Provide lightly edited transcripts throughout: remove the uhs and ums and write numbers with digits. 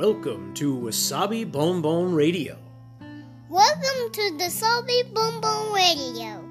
Welcome to Wasabi Bonbon Radio. Welcome to the Wasabi Bonbon Radio.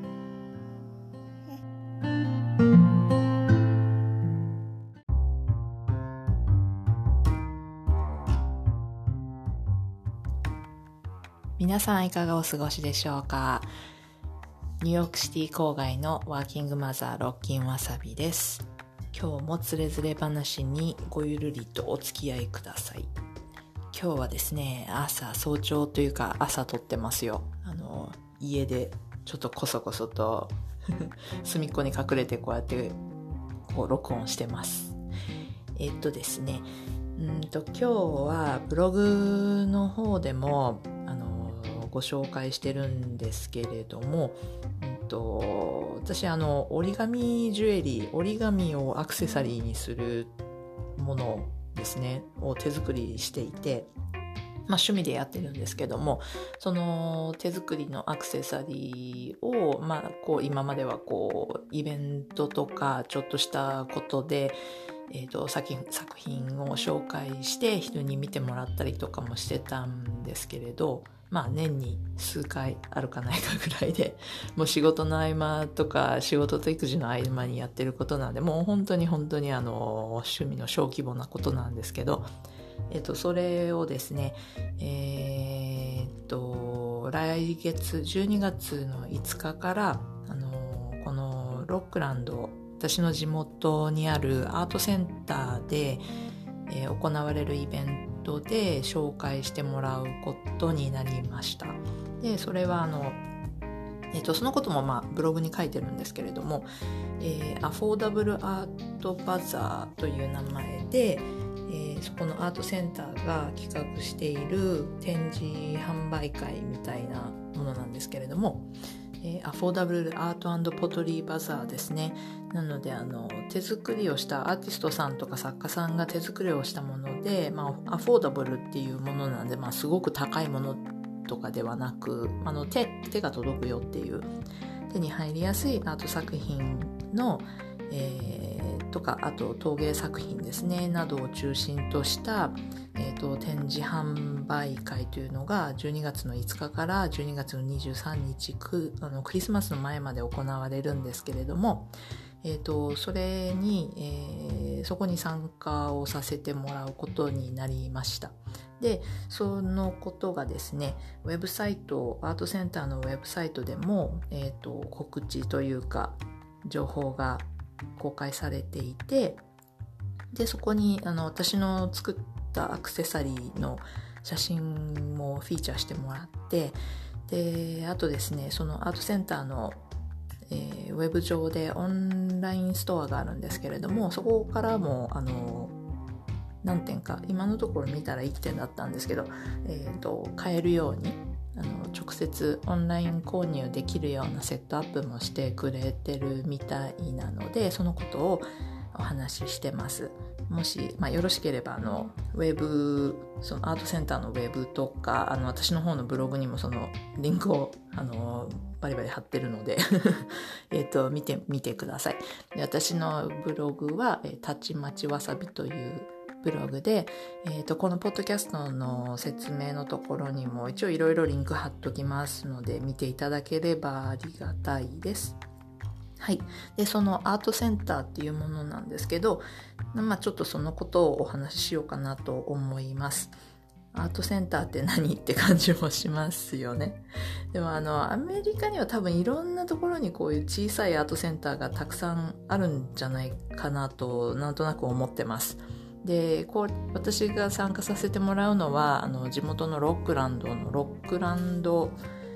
皆さんいかがお過ごしでしょうか。ニューヨークシティ郊外のワーキングマザーロッキンわさびです。今日もつれづれ話にごゆるりとお付き合いください。今日はですね、早朝というか朝撮ってますよ。家でちょっとこそこそと隅っこに隠れてこうやって録音してます。ですね、今日はブログの方でもご紹介してるんですけれども、私折り紙ジュエリー、折り紙をアクセサリーにするものですねを手作りしていて、趣味でやってるんですけども、その手作りのアクセサリーを、今まではイベントとかちょっとしたことで、作品を紹介して人に見てもらったりとかもしてたんですけれど、年に数回あるかないかぐらいで、もう仕事の合間とか仕事と育児の合間にやってることなんで、もう本当に趣味の小規模なことなんですけど、それをですね、来月12月の5日からこのロックランド、私の地元にあるアートセンターで、行われるイベントで紹介してもらうことになりました。でそれはそのこともブログに書いてるんですけれども、アフォーダブルアートバザーという名前で、そこのアートセンターが企画している展示販売会みたいなものなんですけれども、アフォーダブルアート&ポトリーバザーですね。なので手作りをしたアーティストさんとか作家さんが手作りをしたもので、アフォーダブルっていうものなんで、すごく高いものとかではなく、手が届くよっていう、手に入りやすいアート作品の、とか、あと陶芸作品ですねなどを中心とした、展示販売会というのが12月の5日から12月の23日クリスマスの前まで行われるんですけれども、それに、そこに参加をさせてもらうことになりました。でそのことがですね、ウェブサイト、アートセンターのウェブサイトでも、告知というか情報が公開されていて、でそこに私の作ったアクセサリーの写真もフィーチャーしてもらって、であとですね、そのアートセンターの、ウェブ上でオンラインストアがあるんですけれども、そこからも何点か、今のところ見たら1点だったんですけど、買えるように直接オンライン購入できるようなセットアップもしてくれてるみたいなので、そのことをお話ししてます。もし、よろしければウェブ、そのアートセンターのウェブとか私の方のブログにもそのリンクをバリバリ貼ってるので見てみてください。で私のブログはたちまちわさびというブログで、このポッドキャストの説明のところにも一応いろいろリンク貼っときますので見ていただければありがたいです。はい。でそのアートセンターっていうものなんですけど、ちょっとそのことをお話ししようかなと思います。アートセンターって何って感じもしますよね。でもアメリカには多分いろんなところにこういう小さいアートセンターがたくさんあるんじゃないかなとなんとなく思ってます。で私が参加させてもらうのは地元のロックランドのロックランド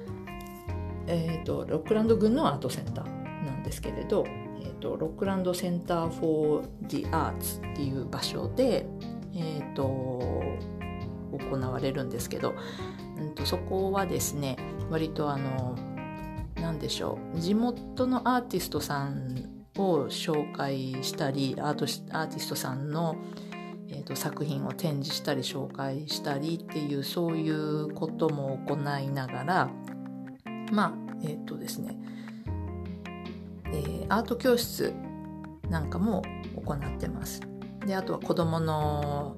郡のアートセンターなんですけれど、ロックランドセンター for the Arts っていう場所で、行われるんですけど、そこはですね、割となんでしょう、地元のアーティストさんを紹介したり、アーティストさんの作品を展示したり紹介したりっていう、そういうことも行いながら、ですね、アート教室なんかも行ってます。であとは子どもの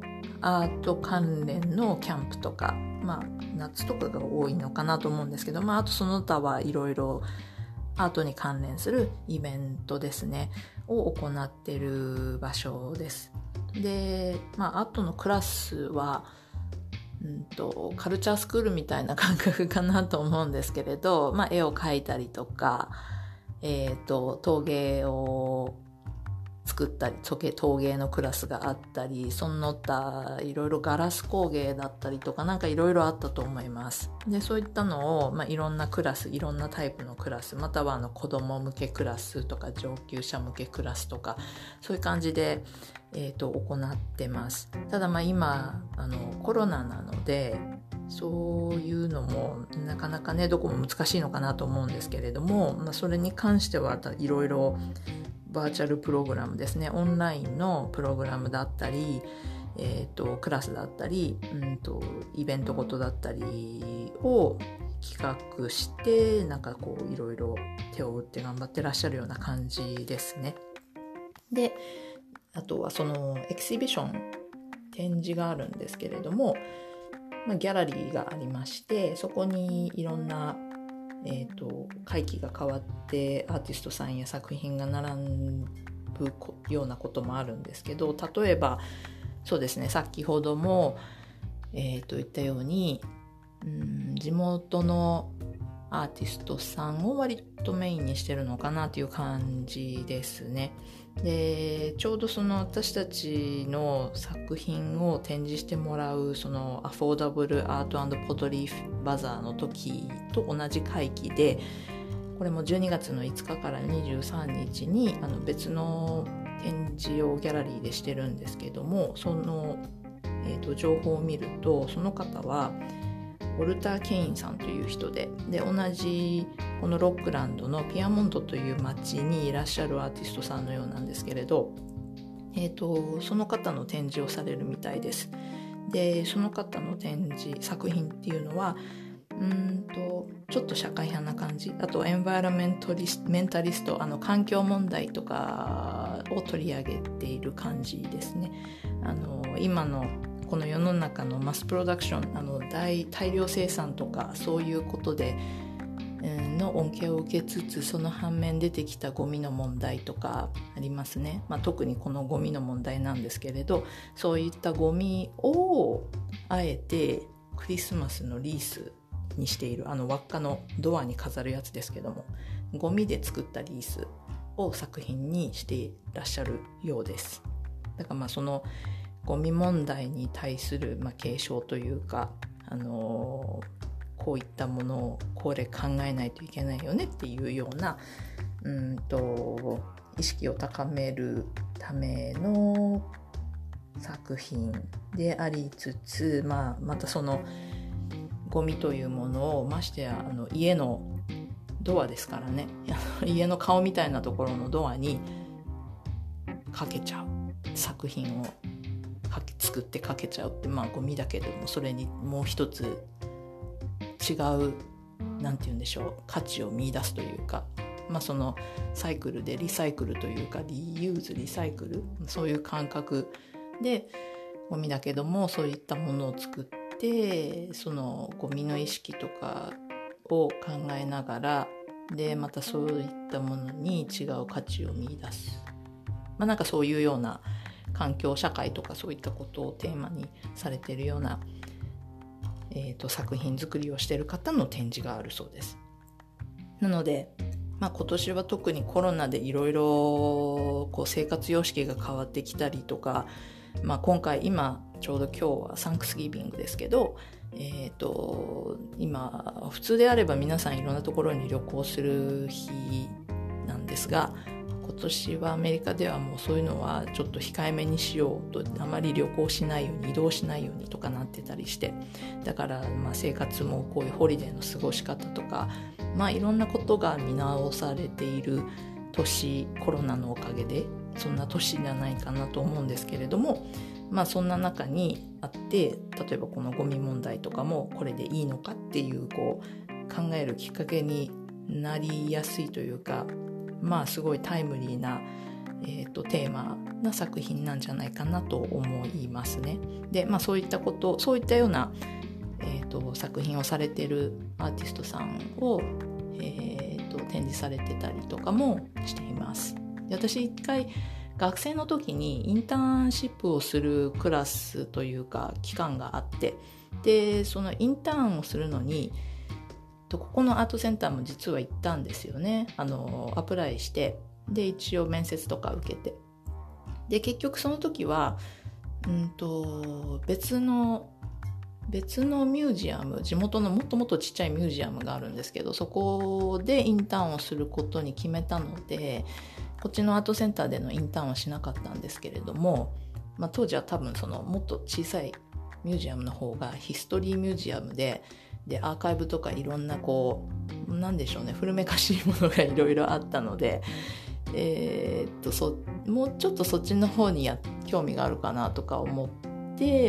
アート関連のキャンプとか、夏とかが多いのかなと思うんですけど、あとその他はいろいろアートに関連するイベントですねを行っている場所です。で、アートのクラスはカルチャースクールみたいな感覚かなと思うんですけれど、絵を描いたりとか、陶芸を作ったり、陶芸のクラスがあったり、その他いろいろガラス工芸だったりとか、いろいろあったと思います。で、そういったのを、いろんなクラス、いろんなタイプのクラス、または子供向けクラスとか上級者向けクラスとか、そういう感じで、行ってます。ただ今コロナなので、そういうのもなかなかねどこも難しいのかなと思うんですけれども、それに関してはいろいろバーチャルプログラムですね、オンラインのプログラムだったり、クラスだったり、イベントごとだったりを企画していろいろ手を打って頑張ってらっしゃるような感じですね。で、あとはそのエキシビション、展示があるんですけれども、ギャラリーがありまして、そこにいろんな、会期が変わってアーティストさんや作品が並ぶようなこともあるんですけど、例えばそうですね、先ほども、言ったように、地元のアーティストさんを割とメインにしてるのかなという感じですね。で、ちょうどその私たちの作品を展示してもらうそのアフォーダブルアート&ポトリーバザーの時と同じ会期で、これも12月の5日から23日に別の展示をギャラリーでしてるんですけども、その、情報を見ると、その方はウォルター・ケインさんという人で、同じこのロックランドのピアモントという町にいらっしゃるアーティストさんのようなんですけれど、その方の展示をされるみたいです。で、その方の展示作品っていうのはちょっと社会派な感じ、あとエンバイロメンタリスト、環境問題とかを取り上げている感じですね。今のこの世の中のマスプロダクション、大量生産とかそういうことでの恩恵を受けつつ、その反面出てきたゴミの問題とかありますね。特にこのゴミの問題なんですけれど、そういったゴミをあえてクリスマスのリースにしている、輪っかのドアに飾るやつですけども、ゴミで作ったリースを作品にしていらっしゃるようです。だからそのゴミ問題に対する警鐘というか、こういったものをこれ考えないといけないよねっていうような意識を高めるための作品でありつつ、またそのゴミというものを、ましてや家のドアですからね、家の顔みたいなところのドアにかけちゃう作品を作ってかけちゃうって、ゴミだけどもそれにもう一つ違うなんて言うんでしょう、価値を見出すというか、そのサイクルでリサイクルというかリユーズリサイクル、そういう感覚でゴミだけどもそういったものを作って、そのゴミの意識とかを考えながら、でまたそういったものに違う価値を見出す、なんかそういうような環境社会とかそういったことをテーマにされているような、作品作りをしている方の展示があるそうです。なので、今年は特にコロナでいろいろ生活様式が変わってきたりとか、今回今ちょうど今日はサンクスギビングですけど、今普通であれば皆さんいろんなところに旅行する日なんですが、今年はアメリカではもうそういうのはちょっと控えめにしようと、あまり旅行しないように移動しないようにとかなってたりして、だから生活もこういうホリデーの過ごし方とか、いろんなことが見直されている年、コロナのおかげでそんな年じゃないかなと思うんですけれども、そんな中にあって、例えばこのゴミ問題とかもこれでいいのかっていう考えるきっかけになりやすいというか、すごいタイムリーな、 テーマな作品なんじゃないかなと思いますね。で、そういったような、作品をされているアーティストさんを、展示されてたりとかもしています。で、私一回学生の時にインターンシップをするクラスというか期間があって、でそのインターンをするのにここのアートセンターも実は行ったんですよね。アプライして、で一応面接とか受けて、で結局その時は別のミュージアム、地元のもっともっとちっちゃいミュージアムがあるんですけど、そこでインターンをすることに決めたので、こっちのアートセンターでのインターンはしなかったんですけれども、当時は多分そのもっと小さいミュージアムの方がヒストリーミュージアムでアーカイブとかいろんななんでしょうね、古めかしいものがいろいろあったので、もうちょっとそっちの方に興味があるかなとか思って、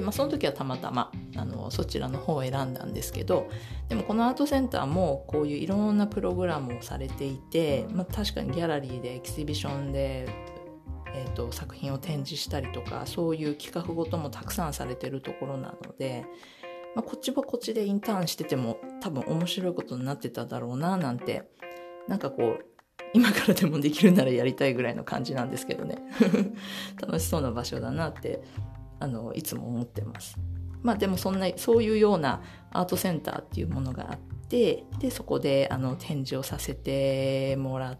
その時はたまたまそちらの方を選んだんですけど、でもこのアートセンターもこういういろんなプログラムをされていて、確かにギャラリーでエキシビションで、作品を展示したりとか、そういう企画ごともたくさんされてるところなので、こっちはこっちでインターンしてても多分面白いことになってただろうななんて、今からでもできるならやりたいぐらいの感じなんですけどね楽しそうな場所だなっていつも思ってます。でもそういうようなアートセンターっていうものがあって、でそこで展示をさせてもらって、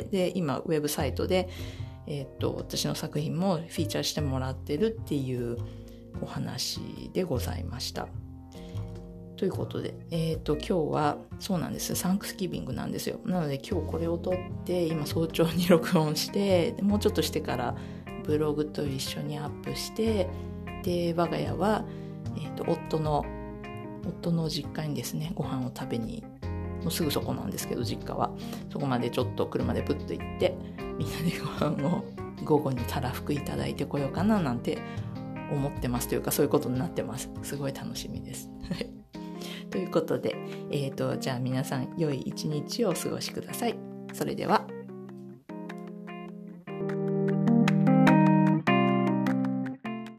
で今ウェブサイトで、私の作品もフィーチャーしてもらってるっていうお話でございました。ということで、今日はそうなんです、サンクスギビングなんですよ。なので今日これを撮って今早朝に録音して、でもうちょっとしてからブログと一緒にアップして、で我が家は、夫の実家にですね、ご飯を食べに、もうすぐそこなんですけど、実家はそこまでちょっと車でプッと行って、みんなでご飯を午後にたらふくいただいてこようかななんて思ってます。というかそういうことになってます。すごい楽しみですということで、じゃあ皆さん良い一日をお過ごしください。それでは。